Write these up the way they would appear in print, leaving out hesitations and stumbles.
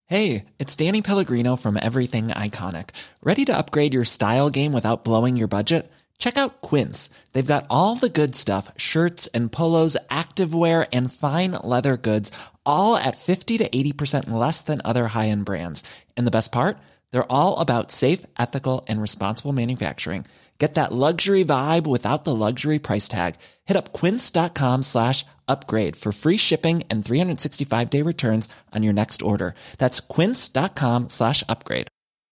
Hey, it's Danny Pellegrino from Everything Iconic. Ready to upgrade your style game without blowing your budget? Check out Quince. They've got all the good stuff, shirts and polos, activewear, and fine leather goods, all at 50 to 80% less than other high-end brands. And the best part? They're all about safe, ethical, and responsible manufacturing. Get that luxury vibe without the luxury price tag. Hit up quince.com/upgrade for free shipping and 365-day returns on your next order. That's quince.com/upgrade.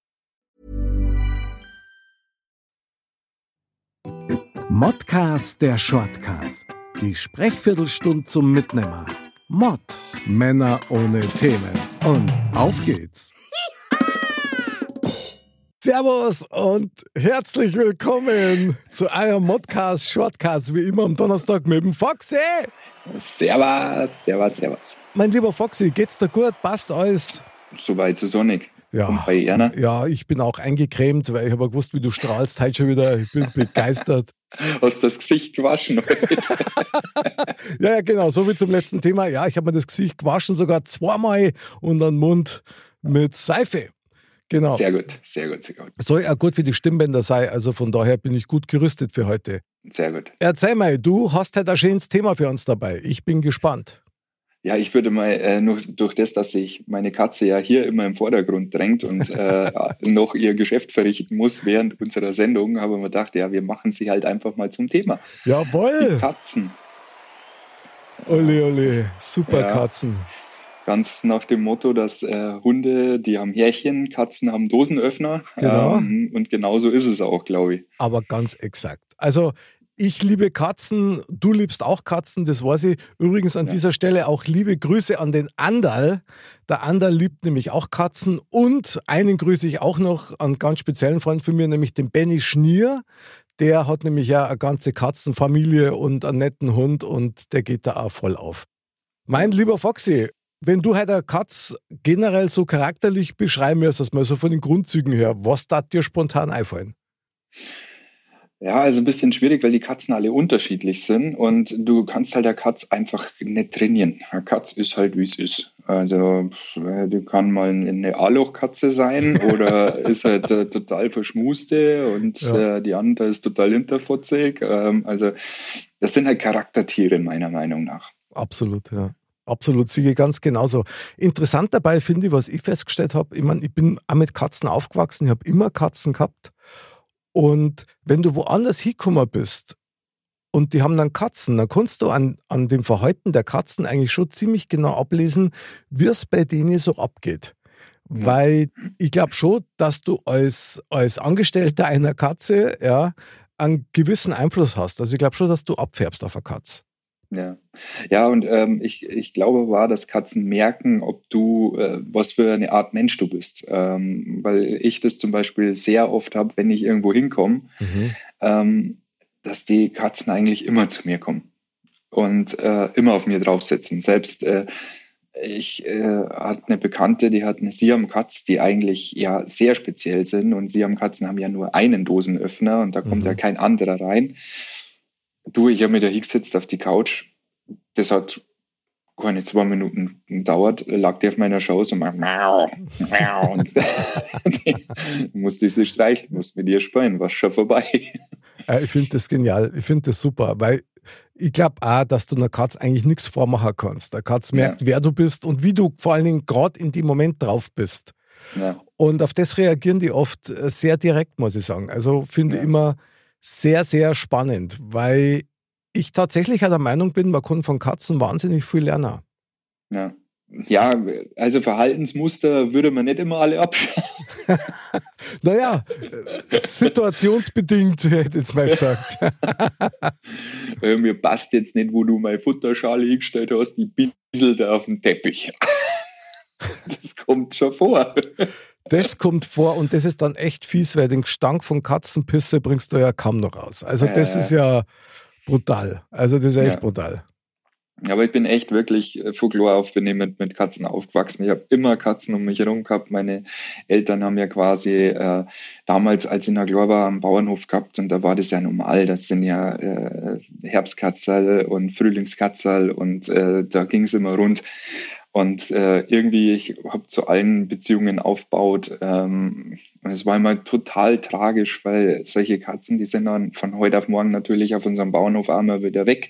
Modcast, der Shortcast. Die Sprechviertelstunde zum Mitnehmer. Mod. Männer ohne Themen. Und auf geht's. Servus und herzlich willkommen zu eurem Modcast, Shortcast, wie immer am Donnerstag mit dem Foxy. Servus, servus, servus. Mein lieber Foxy, geht's dir gut? Passt alles? Soweit so sonnig. Ja, und bei Erna? Ja, ich bin auch eingecremt, weil ich habe gewusst, wie du strahlst heute schon wieder. Ich bin begeistert. Hast das Gesicht gewaschen? Ja, genau, so wie zum letzten Thema. Ja, ich habe mir das Gesicht gewaschen, sogar zweimal und den Mund mit Seife. Genau. Sehr gut, sehr gut, sehr gut. Soll ja gut für die Stimmbänder sein, also von daher bin ich gut gerüstet für heute. Sehr gut. Erzähl mal, du hast heute ein schönes Thema für uns dabei. Ich bin gespannt. Ja, ich würde mal nur durch das, dass sich meine Katze ja hier immer im Vordergrund drängt und noch ihr Geschäft verrichten muss während unserer Sendung, habe ich mir gedacht, ja, wir machen sie halt einfach mal zum Thema. Jawohl! Die Katzen. Ole, ole, super Ja. Katzen. Ganz nach dem Motto, dass Hunde, die haben Härchen, Katzen haben Dosenöffner. Genau. Und genauso ist es auch, glaube ich. Aber ganz exakt. Also ich liebe Katzen, du liebst auch Katzen, das weiß ich. Übrigens an dieser Stelle auch liebe Grüße an den Anderl. Der Anderl liebt nämlich auch Katzen und einen grüße ich auch noch, einen ganz speziellen Freund von mir, nämlich den Benny Schnier. Der hat nämlich ja eine ganze Katzenfamilie und einen netten Hund und der geht da auch voll auf. Mein lieber Foxy, wenn du heute eine Katz generell so charakterlich beschreiben müsstest, mal so von den Grundzügen her, was darf dir spontan einfallen? Ja, also ein bisschen schwierig, weil die Katzen alle unterschiedlich sind und du kannst halt der Katz einfach nicht trainieren. Eine Katz ist halt, wie es ist. Also die kann mal eine A-Loch-Katze sein oder ist halt total verschmuste und die andere ist total hinterfotzig. Also das sind halt Charaktertiere meiner Meinung nach. Absolut, ja. Absolut, sehe ich ganz genauso. Interessant dabei finde ich, was ich festgestellt habe, ich meine, ich bin auch mit Katzen aufgewachsen, ich habe immer Katzen gehabt. Und wenn du woanders hingekommen bist und die haben dann Katzen, dann kannst du an dem Verhalten der Katzen eigentlich schon ziemlich genau ablesen, wie es bei denen so abgeht. Weil ich glaube schon, dass du als Angestellter einer Katze einen gewissen Einfluss hast. Also ich glaube schon, dass du abfärbst auf eine Katze. Ja, und ich glaube dass Katzen merken, ob du, was für eine Art Mensch du bist. Weil ich das zum Beispiel sehr oft habe, wenn ich irgendwo hinkomme, dass die Katzen eigentlich immer zu mir kommen und immer auf mir draufsitzen. Selbst ich hatte eine Bekannte, die hat eine Siam-Katz, die eigentlich ja sehr speziell sind und Siam-Katzen haben ja nur einen Dosenöffner und da kommt ja kein anderer rein. Du, ich habe mir da hingesetzt auf die Couch. Das hat keine 2 Minuten gedauert. Lag die auf meiner Schoß und macht miau, miau. Und musste ich sie streicheln, musste mit ihr spielen, war schon vorbei. Ich finde das genial. Ich finde das super, weil ich glaube auch, dass du einer Katze eigentlich nichts vormachen kannst. Der Katze merkt, wer du bist und wie du vor allen Dingen gerade in dem Moment drauf bist. Ja. Und auf das reagieren die oft sehr direkt, muss ich sagen. Also finde ich immer sehr, sehr spannend, weil ich tatsächlich auch der Meinung bin, man kann von Katzen wahnsinnig viel lernen. Ja, also Verhaltensmuster würde man nicht immer alle abschauen. Naja, situationsbedingt, hätte ich jetzt mal gesagt. Mir passt jetzt nicht, wo du meine Futterschale hingestellt hast, die bisselt auf dem Teppich. Das kommt schon vor. Das kommt vor und das ist dann echt fies, weil den Gestank von Katzenpisse bringst du ja kaum noch raus. Also das ist ja brutal. Also das ist echt brutal. Aber ich bin echt wirklich von klar auf bin ich mit Katzen aufgewachsen. Ich habe immer Katzen um mich herum gehabt. Meine Eltern haben ja quasi damals, als ich noch klar war, am Bauernhof gehabt und da war das ja normal. Das sind ja Herbstkatzel und Frühlingskatzel und da ging es immer rund. Und irgendwie, ich habe zu allen Beziehungen aufgebaut. Es war immer total tragisch, weil solche Katzen, die sind dann von heute auf morgen natürlich auf unserem Bauernhof einmal wieder weg.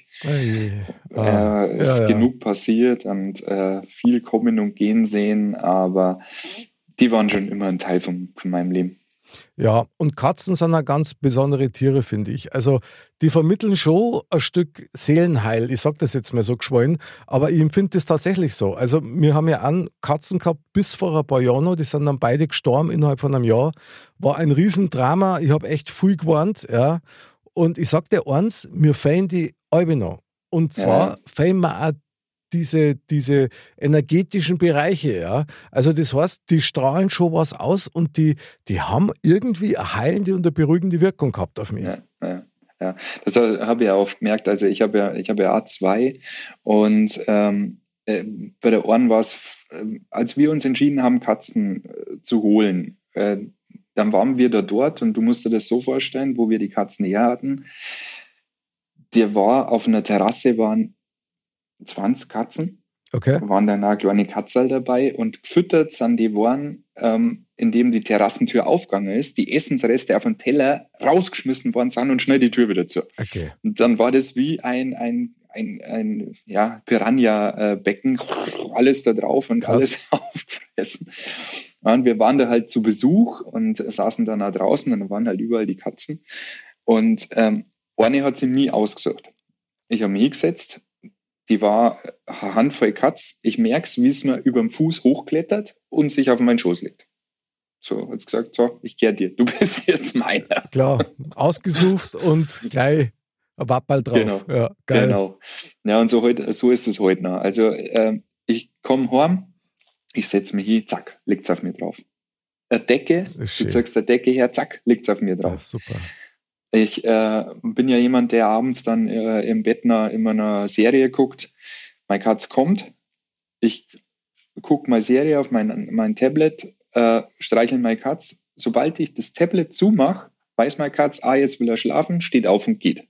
Ist genug passiert und viel kommen und gehen sehen, aber die waren schon immer ein Teil von meinem Leben. Ja, und Katzen sind auch ganz besondere Tiere, finde ich. Also die vermitteln schon ein Stück Seelenheil. Ich sage das jetzt mal so geschwollen, aber ich empfinde das tatsächlich so. Also wir haben ja auch Katzen gehabt bis vor ein paar Jahren noch, die sind dann beide gestorben innerhalb von einem Jahr. War ein Riesendrama, ich habe echt viel gewarnt. Ja. Und ich sage dir eins, mir fehlen die alle noch. Und zwar fehlen mir auch diese energetischen Bereiche, ja. Also das heißt, die strahlen schon was aus und die haben irgendwie eine heilende und eine beruhigende Wirkung gehabt auf mich. Ja. Das habe ich ja oft gemerkt. Also ich habe ja auch 2 und bei der einen war es, als wir uns entschieden haben, Katzen zu holen, dann waren wir da dort und du musst dir das so vorstellen, wo wir die Katzen her hatten. Der war auf einer Terrasse, waren 20 Katzen. Okay. Da waren dann auch kleine Katzel dabei und gefüttert sind die waren, indem die Terrassentür aufgegangen ist, die Essensreste auf den Teller rausgeschmissen worden sind und schnell die Tür wieder zu. Okay. Und dann war das wie ein Piranha-Becken, alles da drauf und alles aufgefressen. Ja, und wir waren da halt zu Besuch und saßen dann da draußen und da waren halt überall die Katzen. Und eine hat sie nie ausgesucht. Ich habe mich hingesetzt. Die war eine Handvoll Katz. Ich merke es, wie es mir über den Fuß hochklettert und sich auf meinen Schoß legt. So, hat gesagt, so, ich gehe dir, du bist jetzt meiner. Klar, ausgesucht und gleich ein Wappal drauf. Genau. Ja, geil. Genau. Ja, und so ist es heute noch. Also ich komme heim, ich setze mich hin, zack, liegt es auf mir drauf. Eine Decke, du sagst der Decke her, zack, liegt es auf mir drauf. Ja, super. Ich bin ja jemand, der abends dann im Bett immer eine Serie guckt. Meine Katz kommt, ich gucke meine Serie auf mein Tablet, streichle meine Katz. Sobald ich das Tablet zumache, weiß meine Katz, jetzt will er schlafen, steht auf und geht.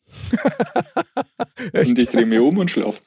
Und ich drehe mich um und schlafe.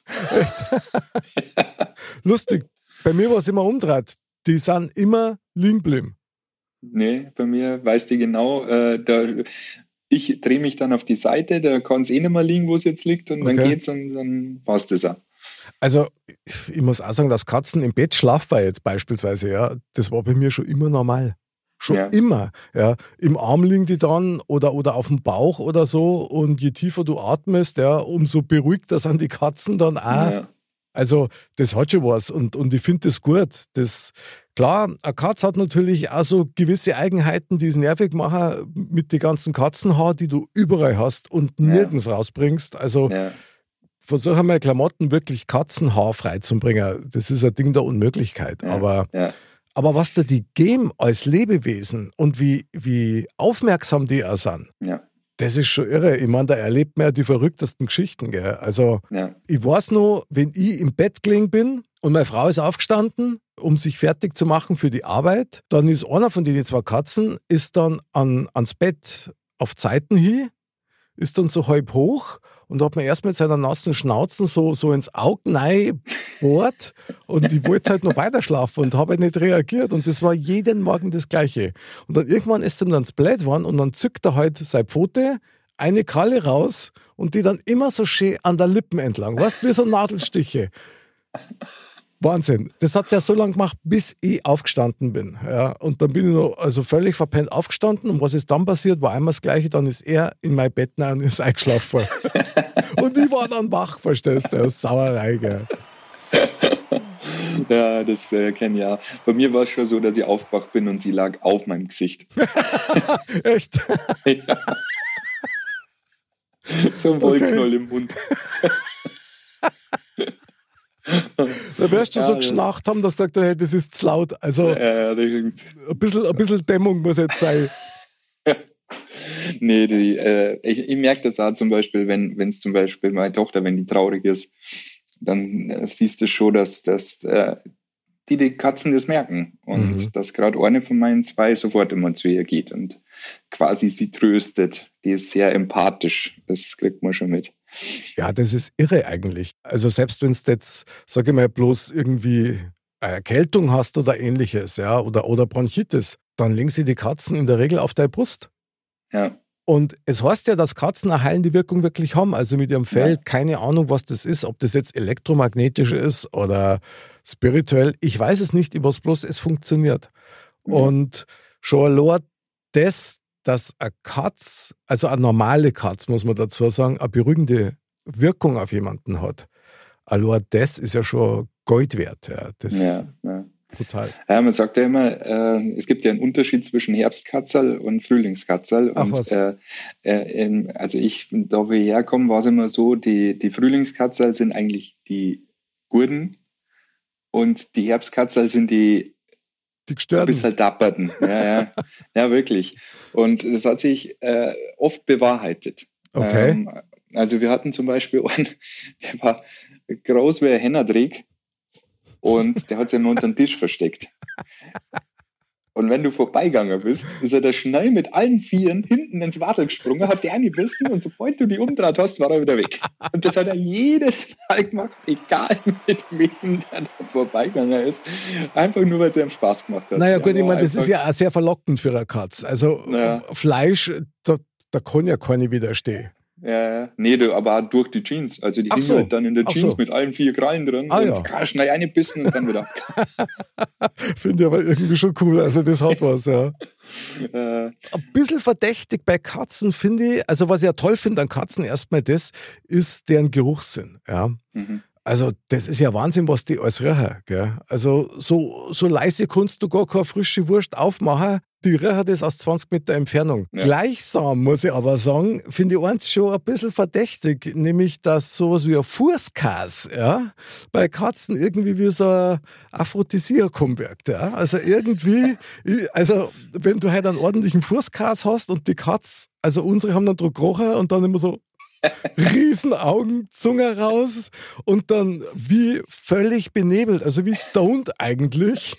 Lustig, bei mir war es immer umgedreht. Die sind immer liegen geblieben. Nee, bei mir weiß die genau, ich drehe mich dann auf die Seite, da kann es nicht mehr liegen, wo es jetzt liegt und dann geht's und dann war es das auch. Also ich muss auch sagen, dass Katzen im Bett schlafen jetzt beispielsweise, ja, das war bei mir schon immer normal. Schon immer. Ja. Im Arm liegen die dann oder auf dem Bauch oder so und je tiefer du atmest, ja, umso beruhigter sind die Katzen dann auch. Ja. Also das hat schon was und ich finde das gut. Klar, eine Katze hat natürlich auch so gewisse Eigenheiten, die es nervig machen mit den ganzen Katzenhaaren, die du überall hast und nirgends rausbringst. Also versuche einmal Klamotten wirklich katzenhaarfrei zu bringen. Das ist ein Ding der Unmöglichkeit. Aber was da die geben als Lebewesen und wie aufmerksam die auch sind, das ist schon irre. Ich meine, da erlebt man ja die verrücktesten Geschichten. Gell? Also ich weiß noch, wenn ich im Bett gelegen bin und meine Frau ist aufgestanden, um sich fertig zu machen für die Arbeit, dann ist einer von den 2 Katzen, ist dann ans Bett auf Zeiten hin, ist dann so halb hoch und hat mir erst mit seiner nassen Schnauzen so ins Auge reingebohrt und ich wollte halt noch weiter schlafen und habe nicht reagiert und das war jeden Morgen das Gleiche. Und dann irgendwann ist ihm dann das Blöd geworden und dann zückt er halt seine Pfote, eine Kralle raus und die dann immer so schön an der Lippen entlang, weißt du, wie so Nadelstiche. Wahnsinn. Das hat der so lange gemacht, bis ich aufgestanden bin. Ja, und dann bin ich noch völlig verpennt aufgestanden. Und was ist dann passiert, war einmal das Gleiche. Dann ist er in mein Bett rein und ist eingeschlafen. Und ich war dann wach, verstehst du? Sauerei, gell. Ja, das kenne ich ja. Bei mir war es schon so, dass ich aufgewacht bin und sie lag auf meinem Gesicht. Echt? Ja. So ein Wollknoll im Mund. Da wirst du so geschnarcht haben, dass du sagst, hey, das ist zu laut. Also ein bisschen Dämmung muss jetzt sein. Nee, ich merke das auch zum Beispiel, wenn es zum Beispiel meine Tochter, wenn die traurig ist, dann siehst du schon, dass die Katzen das merken. Und dass gerade eine von meinen 2 sofort immer zu ihr geht und quasi sie tröstet. Die ist sehr empathisch. Das kriegt man schon mit. Ja, das ist irre eigentlich. Also selbst wenn es jetzt, sage ich mal, bloß irgendwie eine Erkältung hast oder ähnliches, ja, oder Bronchitis, dann legen sie die Katzen in der Regel auf deine Brust. Ja. Und es heißt ja, dass Katzen eine heilende Wirkung wirklich haben. Also mit ihrem Fell, keine Ahnung, was das ist, ob das jetzt elektromagnetisch ist oder spirituell. Ich weiß es nicht, ich weiß bloß, es funktioniert. Und schon allein das, dass eine Katz, also eine normale Katz, muss man dazu sagen, eine beruhigende Wirkung auf jemanden hat. Allein das ist ja schon Gold wert. Ja, das brutal. Ja, man sagt ja immer, es gibt ja einen Unterschied zwischen Herbstkatzel und Frühlingskatzel. Ach, und was? also da wo ich herkomme, war es immer so, die Frühlingskatzel sind eigentlich die Gurden und die Herbstkatzel sind die Gestörten. ein bisschen dapperten. Ja, wirklich. Und das hat sich oft bewahrheitet. Okay. Also wir hatten zum Beispiel einen, der war groß wie ein Hennerdreck und der hat sich nur unter den Tisch versteckt. Und wenn du vorbeigegangen bist, ist er der Schnell mit allen Vieren hinten ins Wattel gesprungen, hat die angebissen und sobald du die umdraht hast, war er wieder weg. Und das hat er jedes Mal gemacht, egal mit wem der da vorbeigegangen ist. Einfach nur, weil es ihm Spaß gemacht hat. Naja gut, ich meine, das ist ja auch sehr verlockend für eine Katz. Also Fleisch, da kann ja keine widerstehen. Ja, nee, aber auch durch die Jeans. Also die hingen halt dann in der Jeans mit allen 4 Krallen drin und schnell eingebissen und dann wieder. Finde ich aber irgendwie schon cool. Also das hat was, ja. Ein bisschen verdächtig bei Katzen finde ich, also was ich ja toll finde an Katzen, erstmal das, ist deren Geruchssinn. Ja. Also das ist ja Wahnsinn, was die alles riechen. Gell? Also so leise kannst du gar keine frische Wurst aufmachen. Die riechen das aus 20 Meter Entfernung. Ja. Gleichsam muss ich aber sagen, finde ich eins schon ein bisschen verdächtig, nämlich dass sowas wie ein Fußkas bei Katzen irgendwie wie so ein Aphrodisiakum wirkt. Ja? Also irgendwie, wenn du halt einen ordentlichen Fußkas hast und die Katze, also unsere haben dann drauf gerochen und dann immer so Riesenaugen, Zunge raus und dann wie völlig benebelt, also wie stoned eigentlich,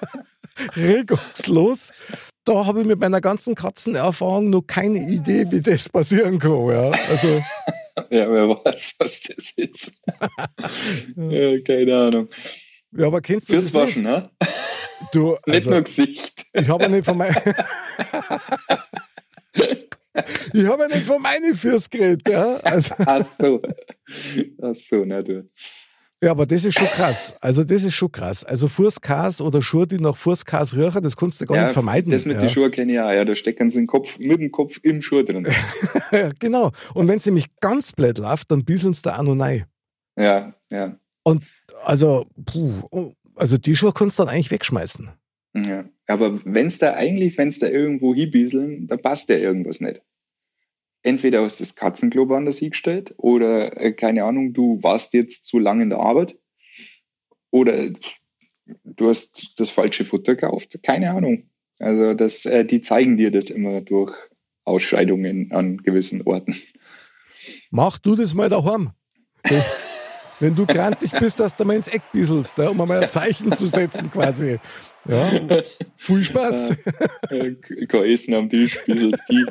regungslos. Da habe ich mit meiner ganzen Katzenerfahrung noch keine Idee, wie das passieren kann. Ja, also, ja, wer weiß, was das ist. Ja, keine Ahnung. Ja, aber kennst du Fürs das Waschen, nicht? ne? Du, also, nicht nur Gesicht. Ich habe ja nicht von Ich habe ja nicht von meinen Fürs geredet, ja. Also. Ach so, na du. Ja, aber das ist schon krass. Also das ist schon krass. Also Fußkas oder Schuhe, die nach Fußkas riechen, das kannst du gar nicht vermeiden. Das mit den Schuhen kenne ich auch. Ja, da stecken sie mit dem Kopf im Schuh drin. Ja, genau. Und wenn es nämlich ganz blöd läuft, dann bieseln sie da auch noch rein. Ja. Und also die Schuhe kannst du dann eigentlich wegschmeißen. Ja, aber wenn es da irgendwo hinbieseln, da passt ja irgendwas nicht. Entweder hast du das Katzenklo woanders hingestellt oder, keine Ahnung, du warst jetzt zu lange in der Arbeit oder du hast das falsche Futter gekauft. Keine Ahnung. Also die zeigen dir das immer durch Ausscheidungen an gewissen Orten. Mach du das mal daheim. Wenn du grantig bist, dass du mal ins Eck bisselst, um mal ein Zeichen zu setzen quasi. Ja, viel Spaß. Kein Essen am Tisch, bisselst die.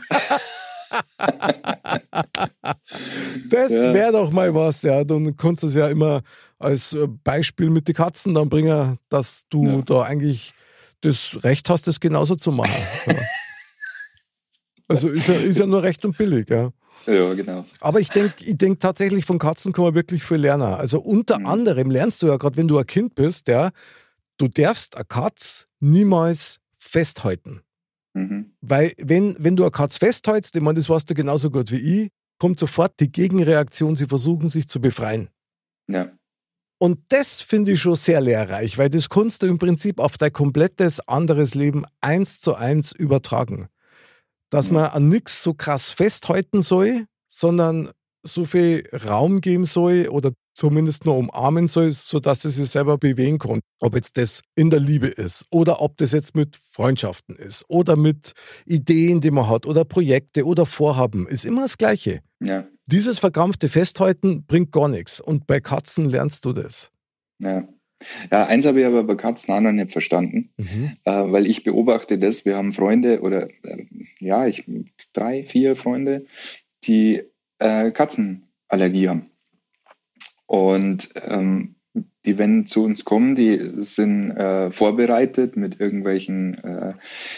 Das wäre doch mal was, ja. Dann kannst du es ja immer als Beispiel mit den Katzen dann bringen, dass du da eigentlich das Recht hast, das genauso zu machen. Ja. Also ist ja nur recht und billig, ja. Ja, genau. Aber ich denk tatsächlich, von Katzen kann man wirklich viel lernen. Also unter anderem lernst du ja gerade, wenn du ein Kind bist, du darfst eine Katz niemals festhalten. Weil wenn du eine Katz festhältst, ich meine, das weißt du genauso gut wie ich, kommt sofort die Gegenreaktion, sie versuchen sich zu befreien. Ja. Und das finde ich schon sehr lehrreich, weil das kannst du im Prinzip auf dein komplettes anderes Leben 1:1 übertragen. Dass man an nichts so krass festhalten soll, sondern so viel Raum geben soll oder zumindest nur umarmen soll, sodass es sich selber bewegen kann. Ob jetzt das in der Liebe ist oder ob das jetzt mit Freundschaften ist oder mit Ideen, die man hat oder Projekte oder Vorhaben, ist immer das Gleiche. Ja. Dieses verkrampfte Festhalten bringt gar nichts und bei Katzen lernst du das. Ja. Ja, eins habe ich aber bei Katzen auch noch nicht verstanden, weil ich beobachte das, wir haben Freunde oder 3, 4 Freunde, die Katzenallergie haben. Und die, wenn zu uns kommen, die sind vorbereitet mit irgendwelchen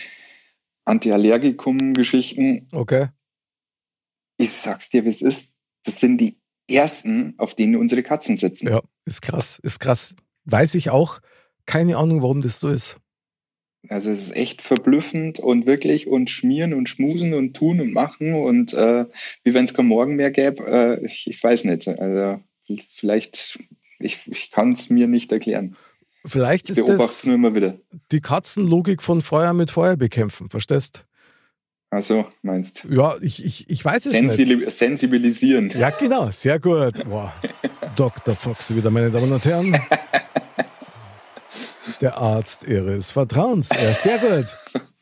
Antiallergikum-Geschichten. Okay. Ich sag's dir, wie es ist. Das sind die ersten, auf denen unsere Katzen sitzen. Ja, ist krass, ist krass. Weiß ich auch. Keine Ahnung, warum das so ist. Also es ist echt verblüffend und wirklich und schmieren und schmusen und tun und machen und wie wenn es kein Morgen mehr gäbe. Ich weiß nicht. Also vielleicht, ich kann es mir nicht erklären. Vielleicht Ich ist beobachte es das nur immer wieder. die Katzenlogik von Feuer mit Feuer bekämpfen, verstehst? Also meinst Ja, ich weiß es nicht. Sensibilisieren. Ja, genau, sehr gut. Wow. Dr. Fox wieder, meine Damen und Herren. Der Arzt Ihres Vertrauens. Ja, sehr gut.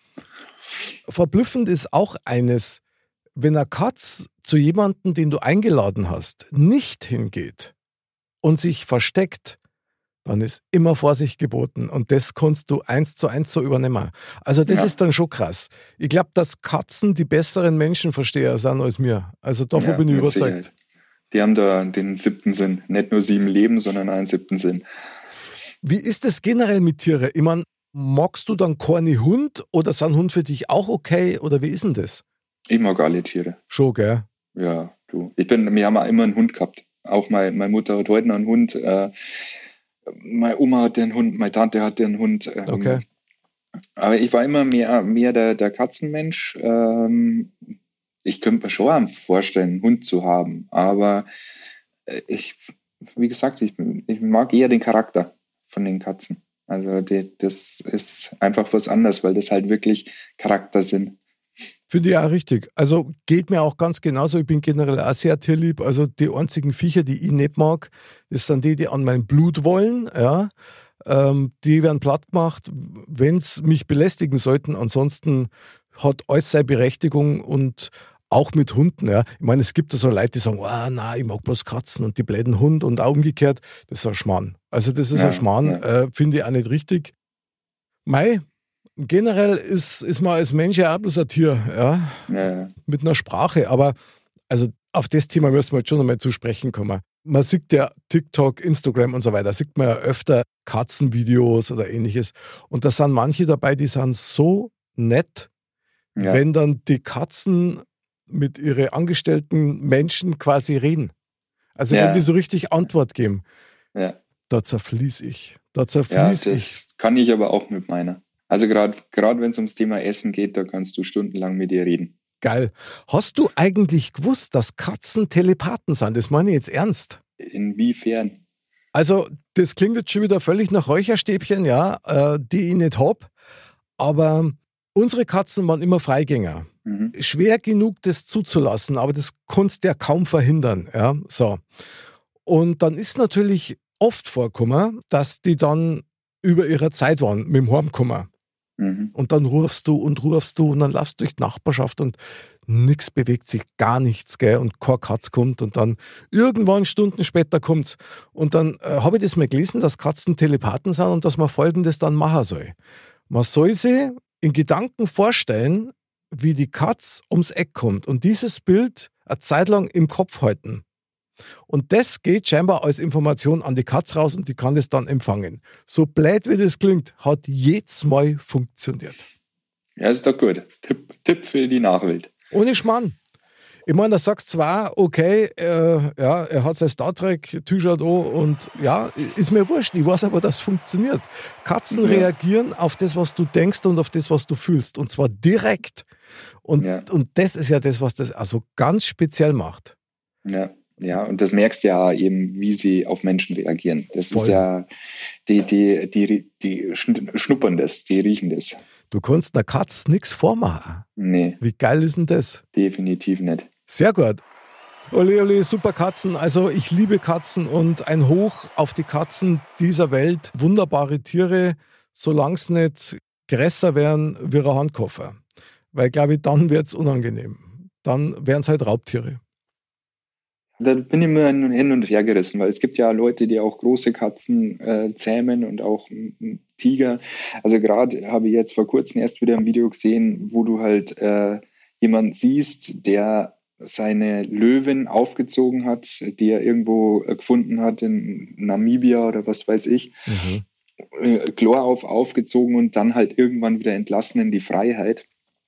Verblüffend ist auch eines, wenn eine Katz zu jemandem, den du eingeladen hast, nicht hingeht und sich versteckt, dann ist immer Vorsicht geboten. Und das kannst du 1:1 so übernehmen. Also das ist dann schon krass. Ich glaube, dass Katzen die besseren Menschenversteher sind als mir. Also davon bin ich mit überzeugt. Sicherheit. Die haben da den 7. Sinn. Nicht nur 7 Leben, sondern einen 7. Sinn. Wie ist es generell mit Tieren? Ich meine, magst du dann keine Hund oder sind Hund für dich auch okay? Oder wie ist denn das? Ich mag alle Tiere. Schon, gell? Ja, du. Wir haben auch immer einen Hund gehabt. Auch meine Mutter hat heute noch einen Hund. Meine Oma hatte einen Hund, meine Tante hatte einen Hund. Okay. Aber ich war immer mehr der Katzenmensch. Ich könnte mir schon vorstellen, einen Hund zu haben. Aber wie gesagt, ich mag eher den Charakter von den Katzen. Also das ist einfach was anderes, weil das halt wirklich Charakter sind. Finde ich auch richtig. Also geht mir auch ganz genauso. Ich bin generell auch sehr tierlieb. Also die einzigen Viecher, die ich nicht mag, das sind die an mein Blut wollen. Ja. Die werden platt gemacht, wenn es mich belästigen sollten. Ansonsten hat alles seine Berechtigung und auch mit Hunden. Ja. Ich meine, es gibt da so Leute, die sagen, nein, ich mag bloß Katzen und die bläden Hund und auch umgekehrt. Das ist ein Schmarrn. Also das ist ein Schmarrn, finde ich auch nicht richtig. Generell ist man als Mensch ja auch bloß ein Tier, ja? Mit einer Sprache. Aber also auf das Thema müssen wir jetzt schon einmal zu sprechen kommen. Man sieht ja TikTok, Instagram und so weiter, sieht man ja öfter Katzenvideos oder ähnliches. Und da sind manche dabei, die sind so nett, wenn dann die Katzen mit ihren angestellten Menschen quasi reden. Also wenn die so richtig Antwort geben, da zerfließ ich. Das kann ich aber auch mit meiner. Also gerade wenn es ums Thema Essen geht, da kannst du stundenlang mit ihr reden. Geil. Hast du eigentlich gewusst, dass Katzen Telepathen sind? Das meine ich jetzt ernst. Inwiefern? Also das klingt jetzt schon wieder völlig nach Räucherstäbchen, die ich nicht habe. Aber unsere Katzen waren immer Freigänger. Mhm. Schwer genug, das zuzulassen, aber das konntest du ja kaum verhindern. Ja? So. Und dann ist natürlich oft vorgekommen, dass die dann über ihre Zeit waren, mit dem Heimkommen. Und dann rufst du und dann laufst du durch die Nachbarschaft und nichts bewegt sich, gar nichts, gell? Und kein Katz kommt und dann irgendwann Stunden später kommt's. Und dann habe ich das mal gelesen, dass Katzen Telepathen sind und dass man Folgendes dann machen soll. Man soll sich in Gedanken vorstellen, wie die Katz ums Eck kommt und dieses Bild eine Zeit lang im Kopf halten. Und das geht scheinbar als Information an die Katz raus und die kann das dann empfangen. So blöd wie das klingt, hat jedes Mal funktioniert. Ja, ist doch gut. Tipp für die Nachwelt. Ohne Schmarrn. Ich meine, da sagst zwar, okay, er hat sein Star Trek-T-Shirt an und ist mir wurscht. Ich weiß aber, dass es funktioniert. Katzen reagieren auf das, was du denkst und auf das, was du fühlst. Und zwar direkt. Und das ist ja das, was das also ganz speziell macht. Ja, und das merkst du ja eben, wie sie auf Menschen reagieren. Das ist ja, die schnuppern das, die riechen das. Du kannst einer Katze nichts vormachen. Nee. Wie geil ist denn das? Definitiv nicht. Sehr gut. Ole, super Katzen. Also ich liebe Katzen und ein Hoch auf die Katzen dieser Welt. Wunderbare Tiere, solange es nicht größer werden wie ein Handkoffer. Weil, glaube ich, dann wird es unangenehm. Dann wären es halt Raubtiere. Da bin ich immer hin und her gerissen, weil es gibt ja Leute, die auch große Katzen zähmen und auch Tiger. Also gerade habe ich jetzt vor kurzem erst wieder ein Video gesehen, wo du halt jemanden siehst, der seine Löwen aufgezogen hat, die er irgendwo gefunden hat in Namibia oder was weiß ich. Chlor aufgezogen und dann halt irgendwann wieder entlassen in die Freiheit.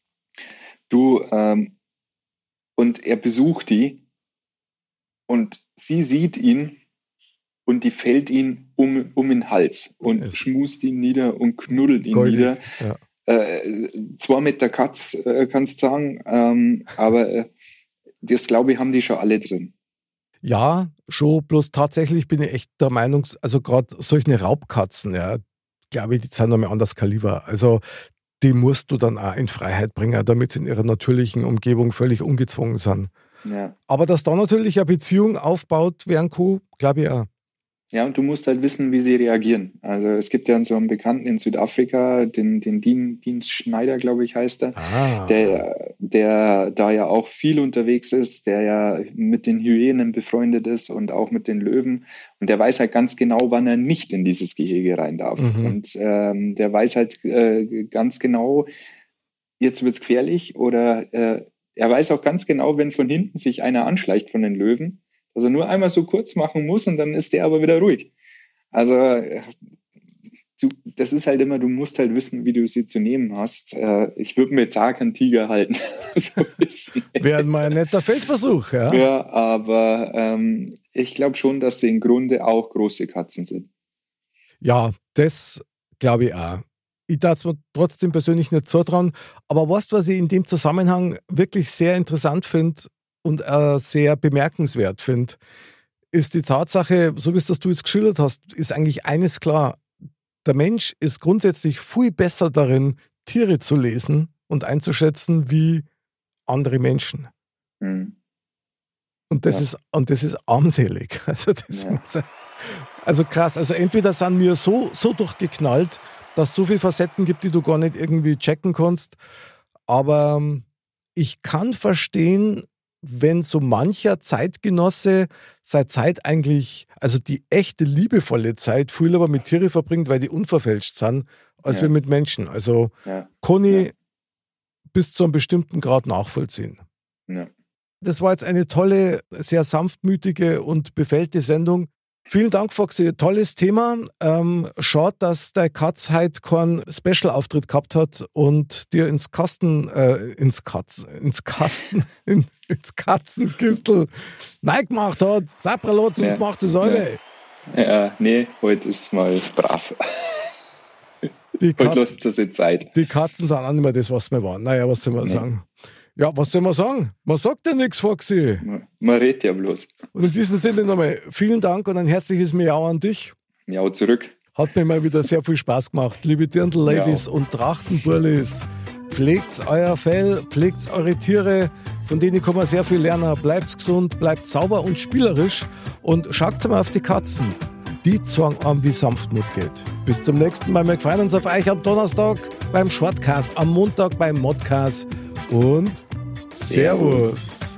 Und er besucht die und sie sieht ihn und die fällt ihn um den Hals und schmust ihn nieder und knuddelt ihn nieder. Ja. 2 Meter Katz, kannst du sagen, aber das, glaube ich, haben die schon alle drin. Ja, schon, bloß tatsächlich bin ich echt der Meinung, also gerade solche Raubkatzen, ja, glaube ich, die sind nochmal anderes Kaliber. Also die musst du dann auch in Freiheit bringen, damit sie in ihrer natürlichen Umgebung völlig ungezwungen sind. Ja. Aber dass da natürlich eine Beziehung aufbaut werden kann, glaube ich auch. Ja, und du musst halt wissen, wie sie reagieren. Also es gibt ja so einen Bekannten in Südafrika, den Dean Schneider, glaube ich, heißt er, der da ja auch viel unterwegs ist, der ja mit den Hyänen befreundet ist und auch mit den Löwen. Und der weiß halt ganz genau, wann er nicht in dieses Gehege rein darf. Und der weiß halt ganz genau, jetzt wird's gefährlich. Oder er weiß auch ganz genau, wenn von hinten sich einer anschleicht von den Löwen, also nur einmal so kurz machen muss und dann ist der aber wieder ruhig. Also das ist halt immer, du musst halt wissen, wie du sie zu nehmen hast. Ich würde mir jetzt auch keinen Tiger halten. So wäre mal ein netter Feldversuch, ja. Ja, aber ich glaube schon, dass sie im Grunde auch große Katzen sind. Ja, das glaube ich auch. Ich darf es mir trotzdem persönlich nicht zutrauen. Aber was ich in dem Zusammenhang wirklich sehr interessant finde, und sehr bemerkenswert finde, ist die Tatsache, so wie es das du jetzt geschildert hast, ist eigentlich eines klar. Der Mensch ist grundsätzlich viel besser darin, Tiere zu lesen und einzuschätzen wie andere Menschen. Und das ist armselig. Also krass. Also entweder sind wir so durchgeknallt, dass es so viele Facetten gibt, die du gar nicht irgendwie checken kannst. Aber ich kann verstehen, wenn so mancher Zeitgenosse seine Zeit eigentlich, also die echte liebevolle Zeit, viel lieber mit Tieren verbringt, weil die unverfälscht sind, als wir mit Menschen. Also kann ich bis zu einem bestimmten Grad nachvollziehen. Ja. Das war jetzt eine tolle, sehr sanftmütige und befällte Sendung. Vielen Dank, Foxy. Tolles Thema. Schade, dass der Katz heute keinen Special-Auftritt gehabt hat und dir ins Katzenkistel neigemacht hat. Sapralot, das macht es alle. Ja, nee, heute ist mal brav. Heute lässt es sich Zeit. Die Katzen sind auch nicht mehr das, was wir waren. Naja, was soll man sagen? Ja, was soll man sagen? Man sagt ja nichts, Foxy. Man redet ja bloß. Und in diesem Sinne nochmal vielen Dank und ein herzliches Miau an dich. Miau zurück. Hat mir mal wieder sehr viel Spaß gemacht. Liebe Dirndl-Ladies und Trachtenburlis, pflegt euer Fell, pflegt eure Tiere, von denen kann man sehr viel lernen. Bleibt gesund, bleibt sauber und spielerisch und schaut mal auf die Katzen. Die zeigen einem, wie Sanftmut geht. Bis zum nächsten Mal. Wir freuen uns auf euch am Donnerstag beim Shortcast, am Montag beim Modcast und Servus.